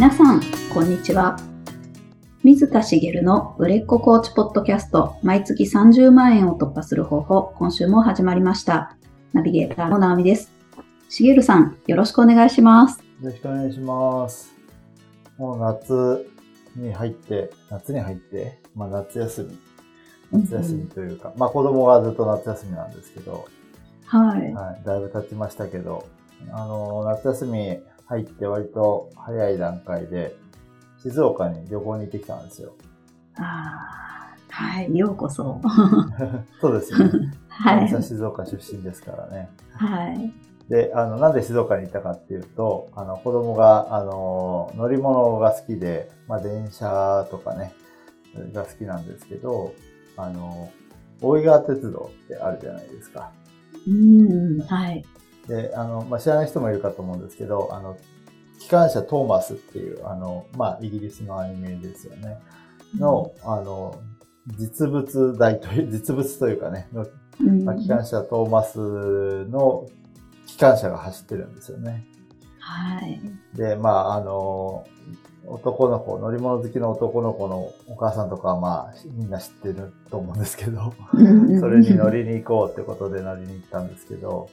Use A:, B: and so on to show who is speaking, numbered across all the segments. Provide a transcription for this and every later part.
A: 皆さん、こんにちは。水田茂の売れっ子コーチポッドキャスト、毎月30万円を突破する方法、今週も始まりました。ナビゲーターの直美です。茂さん、よろしくお願いします。
B: よろしくお願いします。もう夏に入って、夏休みというか、子供がずっと夏休みなんですけど、はい、だいぶ経ちましたけど、夏休み入って割と早い段階で静岡に旅行に行ってきたんですよ。
A: はい、ようこそ。
B: そうですね。
A: はい。
B: 静岡出身ですからね。
A: はい。
B: で、なんで静岡に行ったかっていうと、子供が、乗り物が好きで、電車とかね、が好きなんですけど、大井川鉄道ってあるじゃないですか。
A: はい。
B: で、知らない人もいるかと思うんですけど、機関車トーマスっていう、イギリスのアニメですよね。の、実物というかね、機関車トーマスの機関車が走ってるんですよね。
A: はい。
B: で、男の子、乗り物好きの男の子のお母さんとかはみんな知ってると思うんですけど、それに乗りに行こうってことで乗りに行ったんですけど、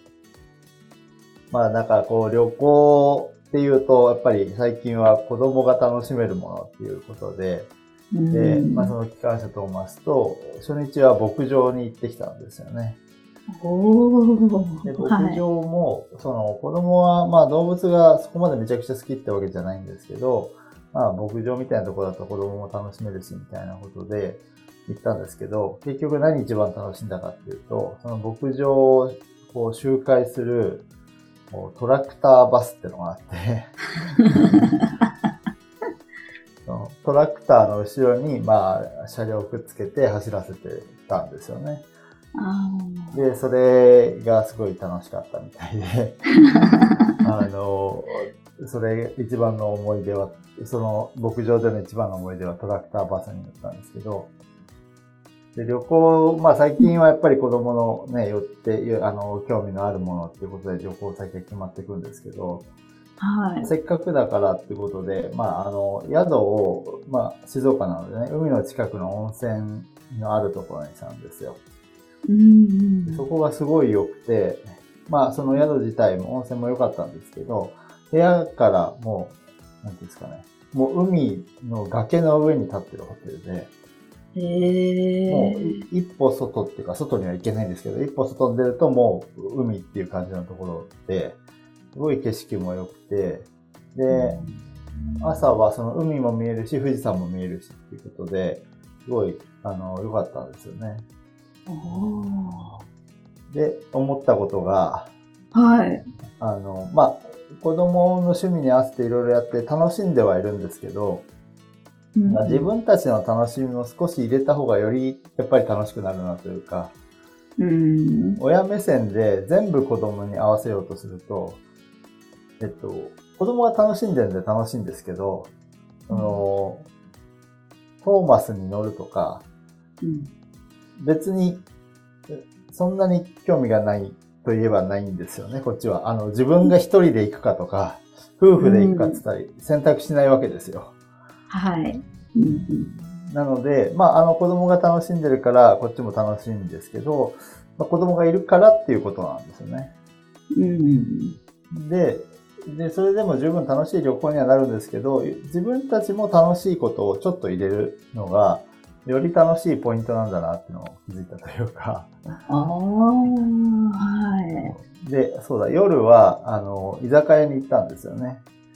B: 旅行っていうと、やっぱり最近は子供が楽しめるものっていうことで、で、その機関車トーマスと、初日は牧場に行ってきたんですよね。で、牧場も、子供は、動物がそこまでめちゃくちゃ好きってわけじゃないんですけど、牧場みたいなところだと子供も楽しめるし、みたいなことで行ったんですけど、結局何一番楽しんだかっていうと、その牧場をこう周回するトラクターバスってのがあって、トラクターの後ろに、車両をくっつけて走らせてたんですよね。で、それがすごい楽しかったみたいで、それ一番の思い出は、その牧場での一番の思い出はトラクターバスに乗ったんですけど、で、旅行、最近はやっぱり子供のね、よって、興味のあるものっていうことで旅行先が決まっていくんですけど、はい。せっかくだからってことで、宿を、静岡なのでね、海の近くの温泉のあるところにしたんですよ。そこがすごい良くて、その宿自体も温泉も良かったんですけど、部屋からもう、なんていうんですかね、もう海の崖の上に立ってるホテルで、もう一歩外っていうか、外には行けないんですけど、一歩外に出るともう海っていう感じのところで、すごい景色も良くて、で、朝はその海も見えるし、富士山も見えるしっていうことで、すごい、良かったんですよね。で、思ったことが、はい。子供の趣味に合わせていろいろやって楽しんではいるんですけど、自分たちの楽しみも少し入れた方がよりやっぱり楽しくなるなというか、親目線で全部子供に合わせようとすると、子供が楽しんでるんで楽しいんですけど、トーマスに乗るとか、別にそんなに興味がないといえばないんですよね、こっちは。自分が一人で行くかとか、夫婦で行くかって言ったり、選択しないわけですよ。はい。なので、子供が楽しんでるから、こっちも楽しいんですけど、子供がいるからっていうことなんですよね。で、それでも十分楽しい旅行にはなるんですけど、自分たちも楽しいことをちょっと入れるのが、より楽しいポイントなんだなっていうのを気づいたというか。はい。で、そうだ、夜は、居酒屋に行ったんですよね。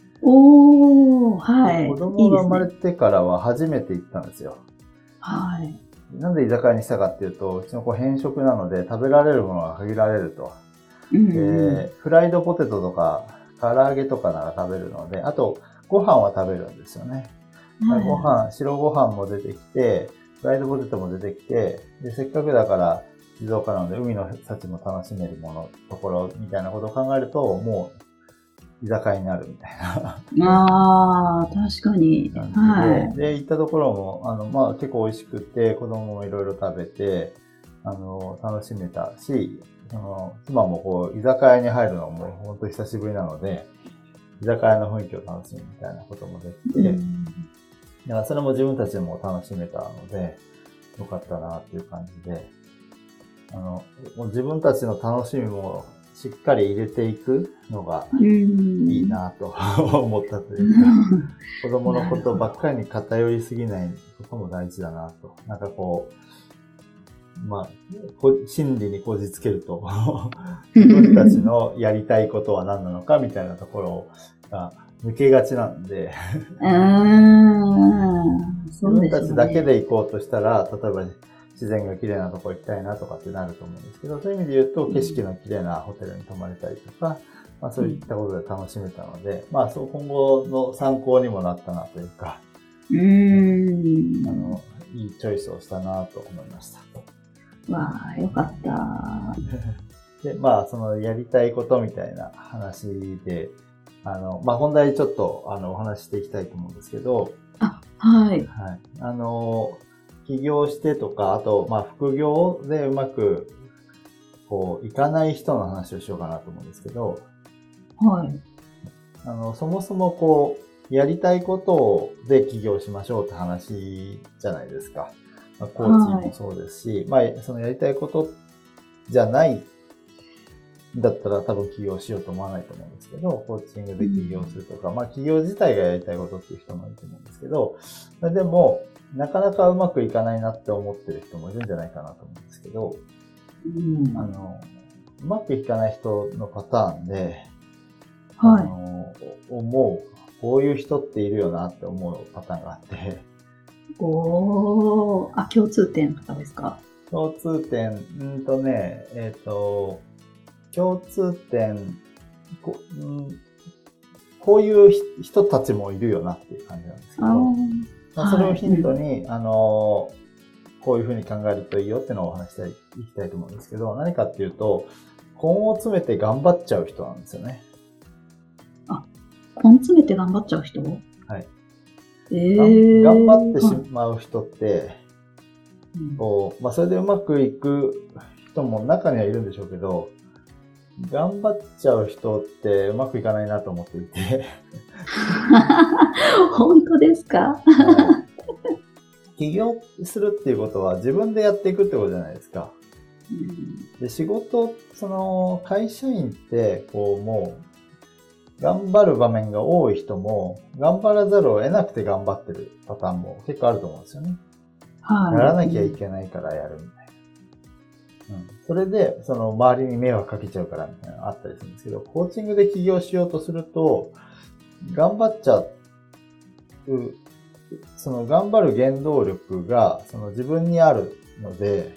B: はい。子供が生まれてからは初めて行ったんですよ。はい。なんで居酒屋にしたかっていうと、うちの子偏食なので食べられるものが限られると。で、フライドポテトとか、唐揚げとかなら食べるので、あと、ご飯は食べるんですよね。白ご飯も出てきて、フライドポテトも出てきて、で、せっかくだから静岡なので海の幸も楽しめるところみたいなことを考えると、もう居酒屋になるみたいな。
A: 確かに。
B: はい。で、行ったところも、結構美味しくて、子供もいろいろ食べて、楽しめたし、妻も居酒屋に入るのも本当久しぶりなので、 居酒屋の雰囲気を楽しむみたいなこともできて、だからそれも自分たちでも楽しめたので、よかったなっていう感じで、もう自分たちの楽しみもしっかり入れていくのがいいなと思ったというか、子供のことばっかりに偏りすぎないことも大事だなと。なんかこう、まあ、心理にこじつけると、自分たちのやりたいことは何なのかみたいなところが抜けがちなんで、自分たちだけで行こうとしたら、例えば自然が綺麗なとこ行きたいなとかってなると思うんですけど、そういう意味で言うと景色の綺麗なホテルに泊まれたりとか、まあそういったことで楽しめたので、まあそう今後の参考にもなったなというか、いいチョイスをしたなと思いました。
A: わあ、よかった。
B: で、まあそのやりたいことみたいな話で、まあ本題ちょっとお話ししていきたいと思うんですけど、
A: はい。
B: はい。起業してとか、あと、まあ、副業でうまく、こう、いかない人の話をしようかなと思うんですけど、
A: はい。
B: そもそもこう、やりたいことで起業しましょうって話じゃないですか。まあ、コーチもそうですし、まあ、そのやりたいことじゃないだったら多分起業しようと思わないと思うんですけど、コーチングで起業するとか、まあ起業自体がやりたいことっていう人もいると思うんですけど、でも、なかなかうまくいかないなって思ってる人もいるんじゃないかなと思うんですけど、うまくいかない人のパターンで、こういう人っているよなって思うパターンがあって。
A: 共通点とかですか？
B: 共通点、共通点、こういう人たちもいるよなっていう感じなんですけど、まあ、それをヒントに、こういうふうに考えるといいよっていうのをお話していきたいと思うんですけど、何かっていうと、根を詰めて頑張っちゃう人なんですよね。
A: 根詰めて頑張っちゃう人？はい。
B: 頑張ってしまう人って、まあ、それでうまくいく人も中にはいるんでしょうけど、頑張っちゃう人ってうまくいかないなと思っていて。
A: 本当ですか？
B: 起業するっていうことは自分でやっていくってことじゃないですか。で、仕事、会社員って、もう、頑張る場面が多い人も、頑張らざるを得なくて頑張ってるパターンも結構あると思うんですよね。やらなきゃいけないからやるみたいな。それで、周りに迷惑かけちゃうからみたいなのあったりするんですけど、コーチングで起業しようとすると、頑張っちゃう、頑張る原動力が、自分にあるので、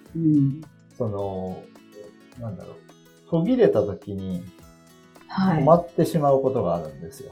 B: 途切れた時に、止まってしまうことがあるんですよ。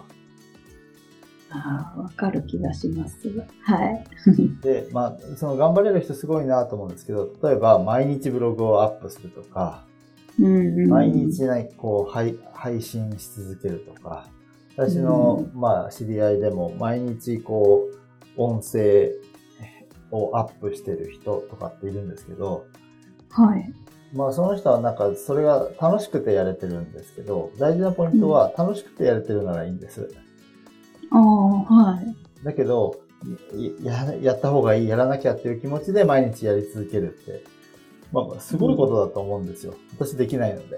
A: わかる気がします。はい。
B: で、まあ、頑張れる人すごいなと思うんですけど、例えば毎日ブログをアップするとか、毎日配信し続けるとか、私の、まあ、知り合いでも毎日音声をアップしてる人とかっているんですけど、
A: はい。
B: まあその人はそれが楽しくてやれてるんですけど、大事なポイントは楽しくてやれてるならいいんです。
A: はい。
B: だけど、やった方がいい、やらなきゃっていう気持ちで毎日やり続けるって、まあすごいことだと思うんですよ。私できないので。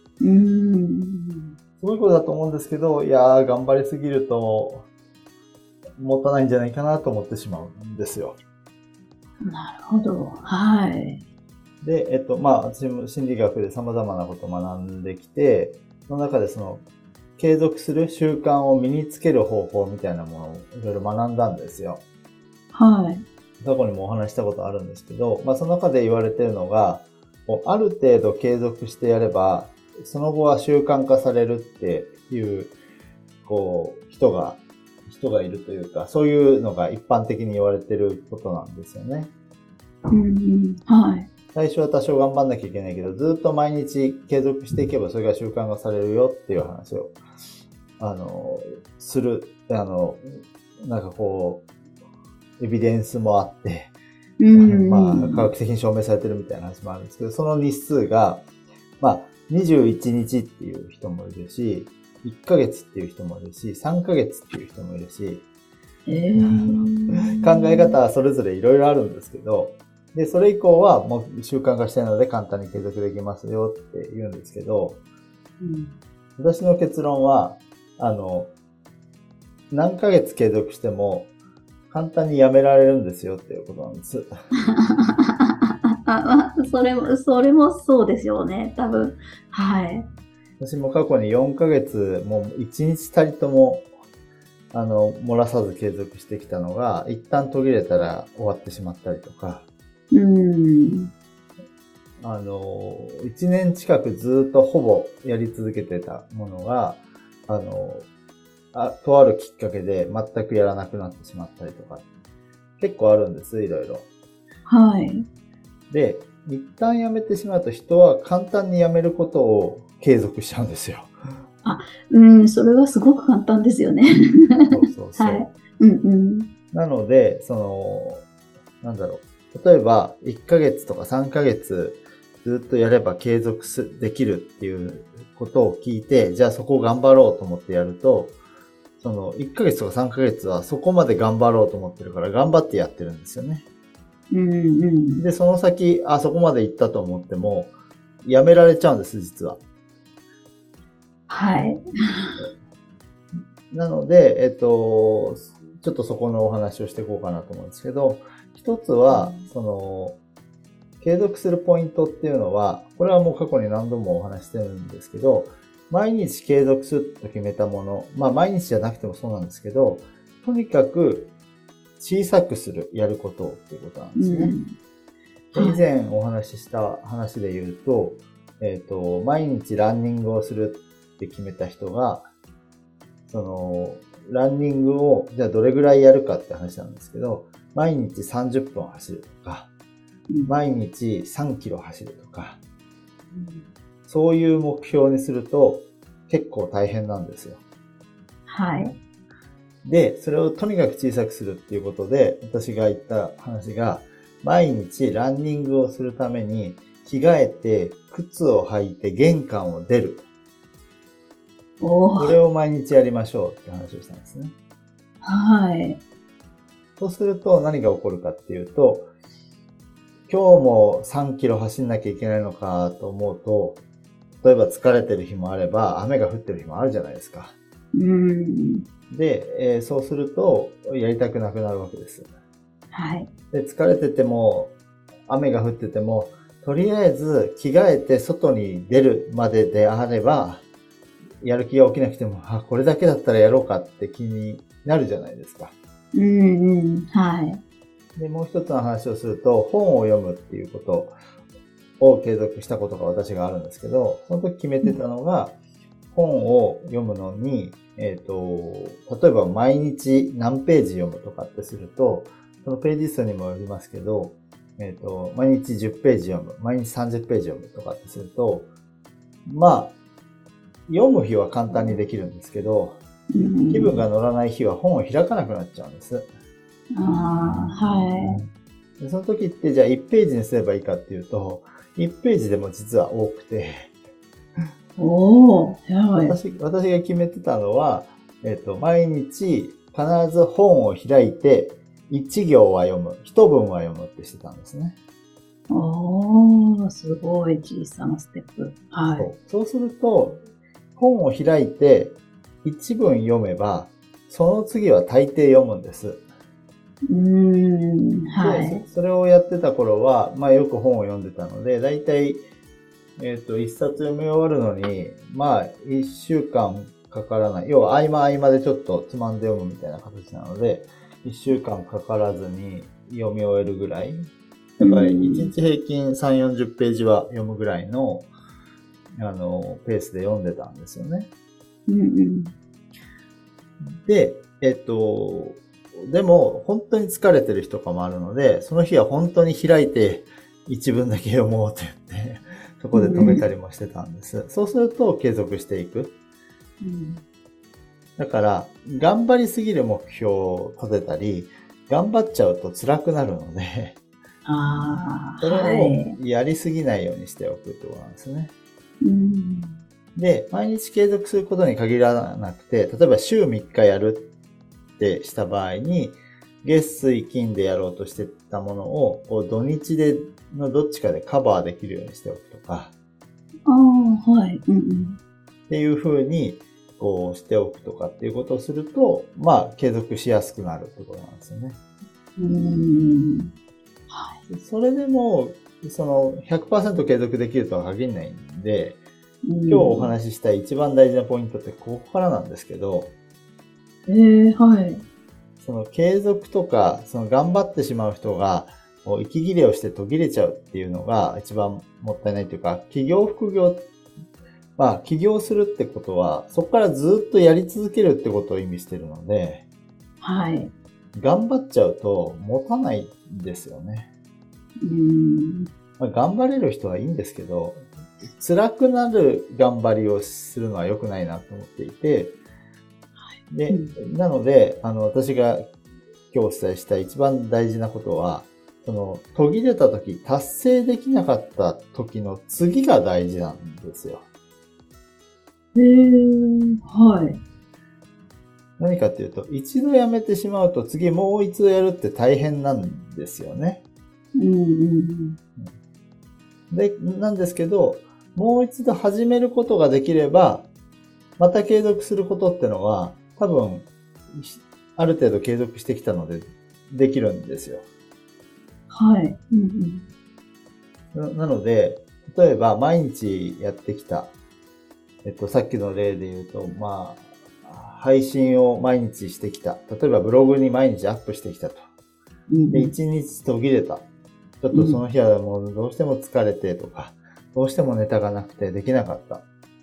B: すごいことだと思うんですけど、頑張りすぎると、持たないんじゃないかなと思ってしまうんですよ。
A: なるほど。はい。
B: で、まあ、私も心理学で様々なことを学んできて、その中で継続する習慣を身につける方法みたいなものをいろいろ学んだんですよ。
A: はい。
B: 過去にもお話したことあるんですけど、まあ、その中で言われているのが、ある程度継続してやれば、その後は習慣化されるっていう、人がいるというか、そういうのが一般的に言われていることなんですよね。
A: はい。
B: 最初は多少頑張んなきゃいけないけど、ずっと毎日継続していけばそれが習慣化されるよっていう話を、する、エビデンスもあって、まあ、科学的に証明されてるみたいな話もあるんですけど、その日数が、まあ、21日っていう人もいるし、 1ヶ月っていう人もいるし、3ヶ月っていう人もいるし、考え方はそれぞれいろいろあるんですけど、で、それ以降はもう習慣化してないので簡単に継続できますよって言うんですけど、私の結論は、何ヶ月継続しても簡単にやめられるんですよっていうことなんです。
A: それもそうですよね、多分。はい。
B: 私も過去に4ヶ月、もう1日たりとも、漏らさず継続してきたのが、一旦途切れたら終わってしまったりとか、1年近くずっとほぼやり続けてたものが、とあるきっかけで全くやらなくなってしまったりとか、結構あるんです、いろいろ。
A: はい。
B: で、一旦やめてしまうと人は簡単にやめることを継続しちゃうんですよ。
A: それはすごく簡単ですよね。
B: そう。はい。なので、例えば1ヶ月とか3ヶ月ずっとやれば継続できるっていうことを聞いて、じゃあそこを頑張ろうと思ってやると、1ヶ月とか3ヶ月はそこまで頑張ろうと思ってるから頑張ってやってるんですよね。で、その先、そこまで行ったと思っても、やめられちゃうんです、実は。
A: はい。
B: なので、ちょっとそこのお話をしていこうかなと思うんですけど、一つは、継続するポイントっていうのは、これはもう過去に何度もお話してるんですけど、毎日継続すると決めたもの、毎日じゃなくてもそうなんですけど、とにかく小さくする、やることっていうことなんですね。以前お話しした話で言うと、毎日ランニングをするって決めた人が、ランニングをじゃあどれぐらいやるかって話なんですけど、毎日30分走るとか、毎日3キロ走るとか、そういう目標にすると結構大変なんですよ。
A: はい。
B: で、それをとにかく小さくするっていうことで、私が言った話が、毎日ランニングをするために着替えて靴を履いて玄関を出る。これを毎日やりましょうって話をしたんですね。
A: はい。
B: そうすると何が起こるかっていうと、今日も3キロ走んなきゃいけないのかと思うと、例えば疲れてる日もあれば、雨が降ってる日もあるじゃないですか。で、そうすると、やりたくなくなるわけです。
A: はい。
B: で、疲れてても、雨が降ってても、とりあえず着替えて外に出るまでであれば、やる気が起きなくても、これだけだったらやろうかって気になるじゃないですか。
A: はい。
B: で、もう一つの話をすると、本を読むっていうことを継続したことが私があるんですけど、その時決めてたのが、本を読むのに、例えば毎日何ページ読むとかってすると、そのページ数にもよりますけど、毎日10ページ読む、毎日30ページ読むとかってすると、読む日は簡単にできるんですけど、気分が乗らない日は本を開かなくなっちゃうんです。
A: はい。
B: でその時ってじゃあ1ページにすればいいかっていうと、1ページでも実は多くて、私が決めてたのは、毎日必ず本を開いて1行は読む、1文は読むってしてたんですね。
A: すごい小さなステップ。はい。
B: そうすると、本を開いて1文読めば、その次は大抵読むんです。
A: はい。
B: それをやってた頃は、よく本を読んでたので、だいたい一冊読み終わるのに、1週間かからない。要は合間合間でちょっとつまんで読むみたいな形なので、1週間かからずに読み終えるぐらい。だから1日平均3、40ページは読むぐらいの、ペースで読んでたんですよね。で、でも、本当に疲れてる日とかもあるので、その日は本当に開いて一文だけ読もうって言って、そこで止めたりもしてたんです。そうすると継続していく。だから、頑張りすぎる目標を立てたり、頑張っちゃうと辛くなるので、それをやりすぎないようにしておくってことなんですね。 で、毎日継続することに限らなくて、例えば週3日やるってした場合に、月水金でやろうとしてたものを、こう土日のどっちかでカバーできるようにしておくとか、
A: ああ、はい。うんうん。
B: っていう風に、こうしておくとかっていうことをすると、まあ、継続しやすくなるってことなんですよね。
A: はい。
B: それでも、その100% 継続できるとは限らないんで、今日お話ししたい一番大事なポイントってここからなんですけど、
A: はい。
B: その継続とか、その頑張ってしまう人が、息切れをして途切れちゃうっていうのが一番もったいないというか、起業副業、まあ起業するってことは、そこからずっとやり続けるってことを意味してるので、
A: はい。
B: 頑張っちゃうと持たないんですよね。まあ、頑張れる人はいいんですけど、辛くなる頑張りをするのは良くないなと思っていて、で、なので、私が今日お伝えした一番大事なことは、その、途切れた時、達成できなかった時の次が大事なんですよ。
A: はい。
B: 何かっていうと、一度やめてしまうと次もう一度やるって大変なんですよね。で、なんですけど、もう一度始めることができれば、また継続することってのは、多分、ある程度継続してきたので、できるんですよ。
A: はい。
B: なので、例えば毎日やってきた、さっきの例で言うと、まあ、配信を毎日してきた。例えばブログに毎日アップしてきたと。で、1日途切れた。ちょっとその日はもうどうしても疲れてとか、どうしてもネタがなくてできなかった。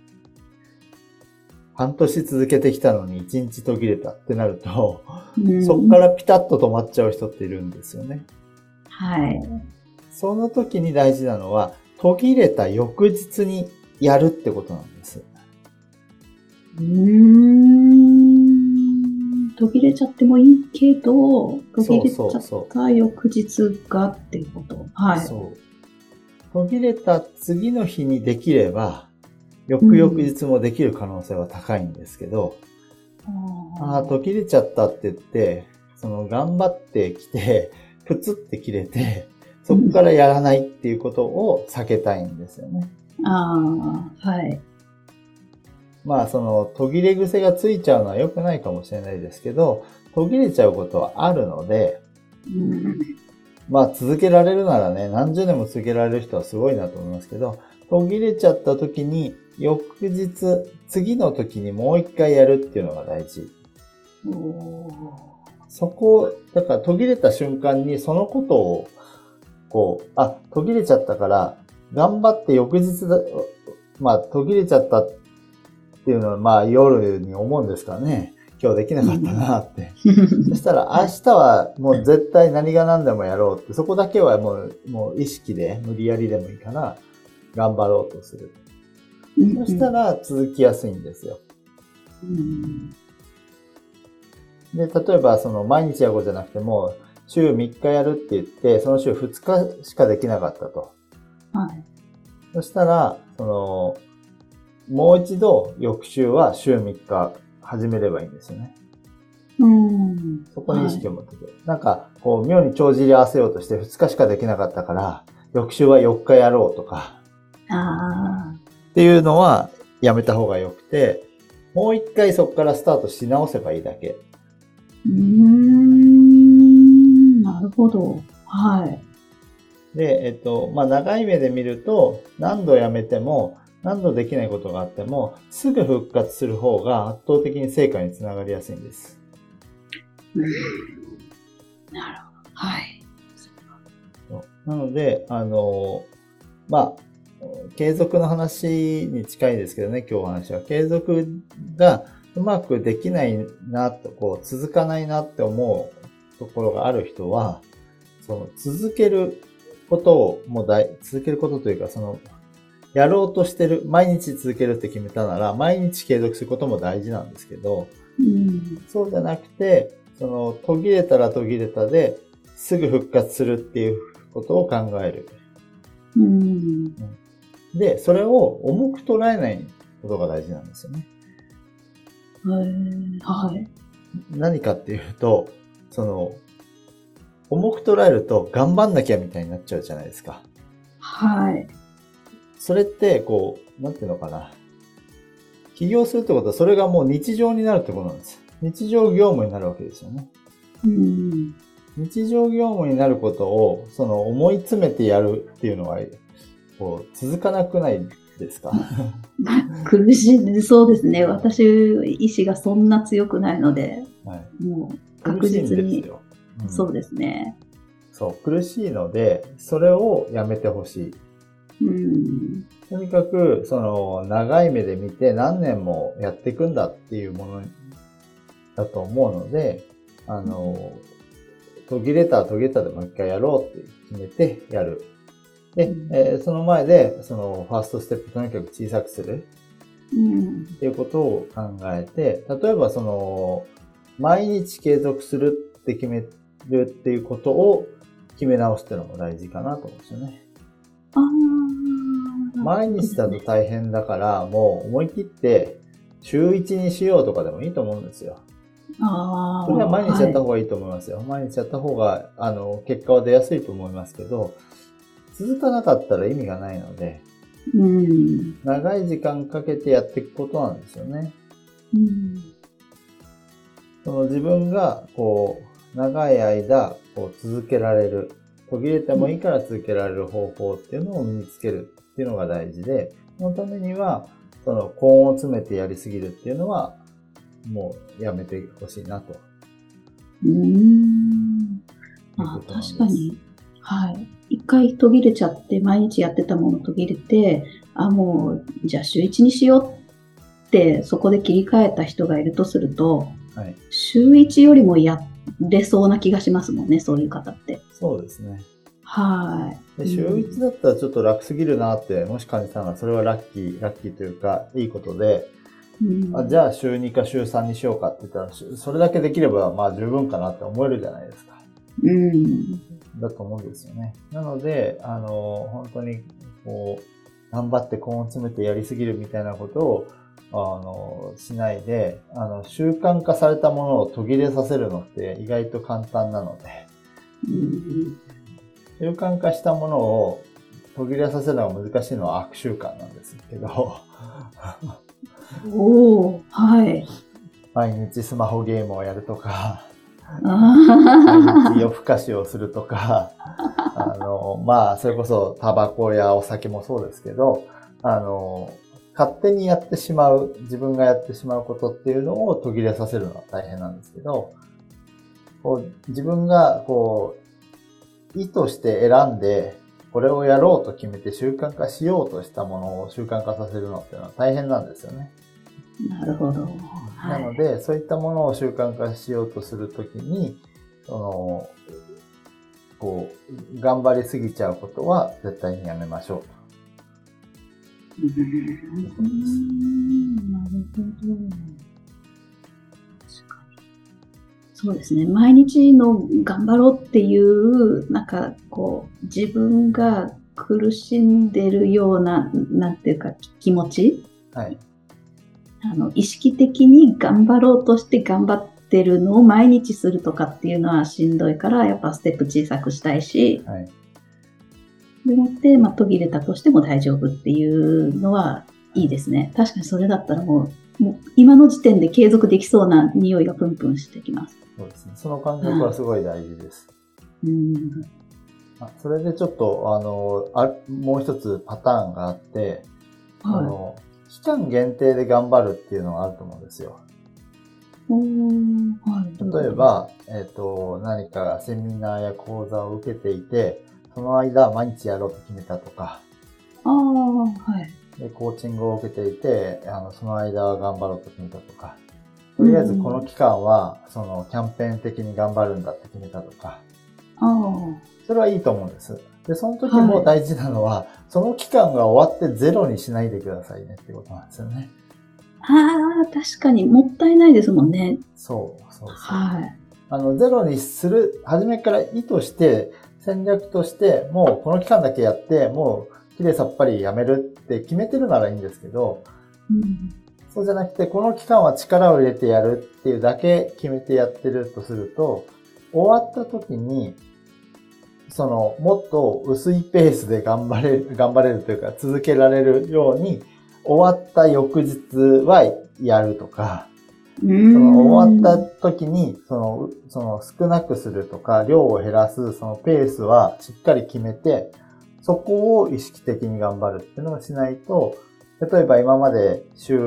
B: 半年続けてきたのに1日途切れたってなると、そこからピタッと止まっちゃう人っているんですよね。
A: はい。
B: その時に大事なのは、途切れた翌日にやるってことなんです。
A: 途切れちゃってもいいけど、途切れちゃった翌日がっていうこと。はい。
B: そう。途切れた次の日にできれば、翌々日もできる可能性は高いんですけど、途切れちゃったって言って、その頑張ってきて、プツって切れて、そこからやらないっていうことを避けたいんですよね。
A: はい。
B: まあその途切れ癖がついちゃうのは良くないかもしれないですけど、途切れちゃうことはあるので、まあ続けられるならね、何十年も続けられる人はすごいなと思いますけど、途切れちゃった時に、翌日、次の時にもう一回やるっていうのが大事。そこ、だから途切れた瞬間にそのことを、途切れちゃったから、頑張って翌日だ、まあ途切れちゃったっていうのは、まあ夜に思うんですかね。今日できなかったなって。そしたら明日はもう絶対何が何でもやろうって、そこだけはもう意識で無理やりでもいいから頑張ろうとする。そしたら続きやすいんですよ。で、例えばその毎日やろうじゃなくても、週3日やるって言って、その週2日しかできなかったと。
A: はい。
B: そしたら、もう一度翌週は週3日始めればいいんですよね。そこに意識を持ってくる。なんか、妙に帳尻合わせようとして2日しかできなかったから、翌週は4日やろうとか。っていうのはやめた方がよくて、もう一回そこからスタートし直せばいいだけ。
A: なるほど。はい。
B: で、まあ、長い目で見ると、何度やめても、何度できないことがあっても、すぐ復活する方が圧倒的に成果につながりやすいんです。
A: なるほど。はい。
B: なので、まあ、継続の話に近いですけどね、今日お話は。継続がうまくできないなと、続かないなって思うところがある人は、続けることを続けることというか、やろうとしてる、毎日続けるって決めたなら、毎日継続することも大事なんですけど、そうじゃなくて、途切れたら途切れたで、すぐ復活するっていうことを考える。で、それを重く捉えないことが大事なんですよね。
A: はい。
B: 何かっていうと、重く捉えると頑張んなきゃみたいになっちゃうじゃないですか。
A: はい。
B: それって、なんていうのかな。起業するってことは、それがもう日常になるってことなんです。日常業務になるわけですよね。日常業務になることを、思い詰めてやるっていうのは、続かなくないですか？
A: 苦しい、そうですね。私、意志がそんな強くないので、
B: はい、
A: もう確実に。
B: 苦しいんですよ。
A: そうですね。
B: そう、苦しいので、それをやめてほしい。とにかく、長い目で見て何年もやっていくんだっていうものだと思うので、途切れたら途切れたでもう一回やろうって決めてやる。で、その前で、ファーストステップとにかく小さくする。っていうことを考えて、例えば毎日継続するって決めるっていうことを決め直すっていうのも大事かなと思うんですよね。毎日だと大変だから、もう思い切って週1にしようとかでもいいと思うんですよ。それは毎日やった方がいいと思いますよ。毎日やった方が、結果は出やすいと思いますけど、続かなかったら意味がないので、長い時間かけてやっていくことなんですよね。自分が、長い間、続けられる。途切れてもいいから続けられる方法っていうのを身につけるっていうのが大事で、そのためには、根を詰めてやりすぎるっていうのは、もうやめてほしいなと。
A: 確かに。はい。一回途切れちゃって、毎日やってたもの途切れて、もう、じゃあ週1にしようって、そこで切り替えた人がいるとすると、週1よりもやれそうな気がしますもんね、そういう方って。
B: そうですね。
A: はい。
B: で週1だったらちょっと楽すぎるなって、もし感じたら、それはラッキーというか、いいことで、じゃあ週2か週3にしようかって言ったら、それだけできればまあ十分かなって思えるじゃないですか。だと思うんですよね。なので、本当に頑張って根を詰めてやりすぎるみたいなことを、しないで、習慣化されたものを途切れさせるのって意外と簡単なので、習慣化したものを途切れさせるのが難しいのは悪習慣なんですけど、
A: はい。
B: 毎日スマホゲームをやるとか、毎日夜更かしをするとか、まあ、それこそタバコやお酒もそうですけど、勝手にやってしまう、自分がやってしまうことっていうのを途切れさせるのは大変なんですけど、自分が意図して選んで、これをやろうと決めて習慣化しようとしたものを習慣化させるのっていうのは大変なんですよね。
A: なるほど。
B: なので、そういったものを習慣化しようとするときに、頑張りすぎちゃうことは絶対にやめましょうと。
A: なるほど。そうですね。毎日の頑張ろうっていう、自分が苦しんでるような、なんていうか、気持ち。
B: はい。
A: 意識的に頑張ろうとして頑張ってるのを毎日するとかっていうのはしんどいから、やっぱステップ小さくしたいし、でもって、途切れたとしても大丈夫っていうのはいいですね。確かにそれだったらもう今の時点で継続できそうな匂いがプンプンしてきます。
B: そうですね。その感覚はすごい大事です。それでちょっと、もう一つパターンがあって、期間限定で頑張るっていうのがあると思うんですよ。例えば、何かセミナーや講座を受けていて、その間毎日やろうと決めたとか、でコーチングを受けていて、その間は頑張ろうと決めたとか、とりあえずこの期間は、キャンペーン的に頑張るんだって決めたとか、それはいいと思うんです。で、その時も大事なのは、その期間が終わってゼロにしないでくださいねってことなんですよね。
A: 確かにもったいないですもんね。
B: そう。ゼロにする、初めから意図して、戦略として、もうこの期間だけやって、もうきれいさっぱりやめるって決めてるならいいんですけど、 そうじゃなくて、この期間は力を入れてやるっていうだけ決めてやってるとすると、終わった時に、もっと薄いペースで頑張れるというか、続けられるように、終わった翌日はやるとか、終わった時に、少なくするとか、量を減らす、そのペースはしっかり決めて、そこを意識的に頑張るっていうのをしないと、例えば今まで週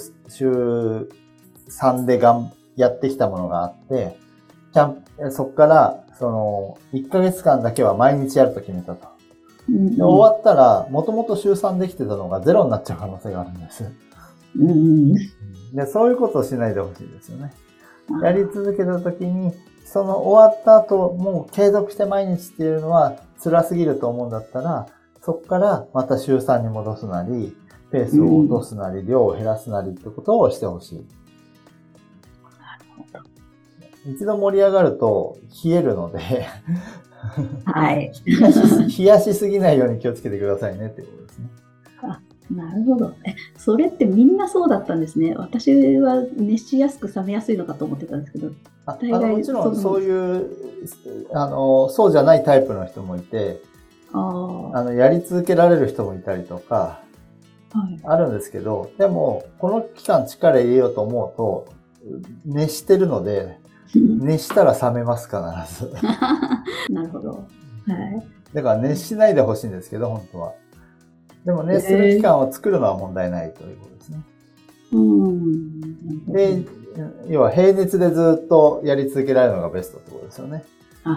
B: 3でやってきたものがあって、そこから、1ヶ月間だけは毎日やると決めたと。で終わったら、もともと週3できてたのがゼロになっちゃう可能性があるんです。で、そういうことをしないでほしいですよね。やり続けたときに、終わった後、もう継続して毎日っていうのは辛すぎると思うんだったら、そこからまた週3に戻すなり、ペースを落とすなり、量を減らすなりってことをしてほしい。一度盛り上がると冷えるので
A: はい。
B: 冷やしすぎないように気をつけてくださいねっていうことですね。
A: なるほど。それってみんなそうだったんですね。私は熱しやすく冷めやすいのかと思ってたんですけど。
B: もちろんそういう、そうじゃないタイプの人もいて、やり続けられる人もいたりとか、あるんですけど、でも、この期間力入れようと思うと、熱してるので、熱したら冷めます、必ず。
A: なるほど。はい。だ
B: から熱しないでほしいんですけど、本当は。でも熱する期間を作るのは問題ないということですね。で、要は平熱でずっとやり続けられるのがベストってことですよね。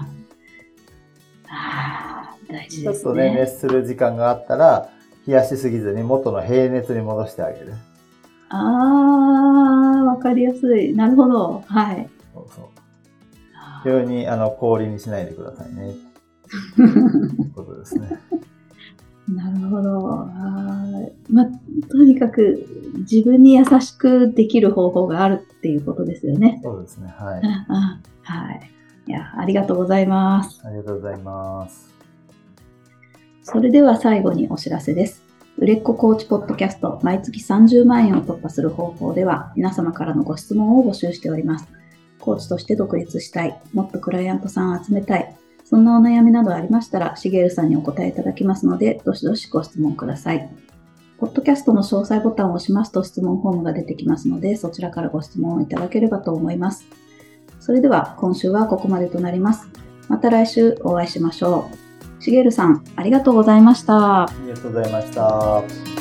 A: 大事ですね。
B: ちょっとね、熱する時間があったら、冷やしすぎずに元の平熱に戻してあげる。
A: わかりやすい。なるほど。はい。
B: 急に氷にしないでくださいね。ということですね。
A: なるほど。とにかく自分に優しくできる方法があるっていうことですよね。
B: そうですね。はい。
A: はい。いや、ありがとうございます。
B: ありがとうございます。
A: それでは最後にお知らせです。売れっ子コーチポッドキャスト毎月30万円を突破する方法では皆様からのご質問を募集しております。コーチとして独立したい、もっとクライアントさんを集めたい、そんなお悩みなどありましたら、しげるさんにお答えいただきますので、どしどしご質問ください。ポッドキャストの詳細ボタンを押しますと質問フォームが出てきますので、そちらからご質問をいただければと思います。それでは今週はここまでとなります。また来週お会いしましょう。しげるさん、ありがとうございました。
B: ありがとうございました。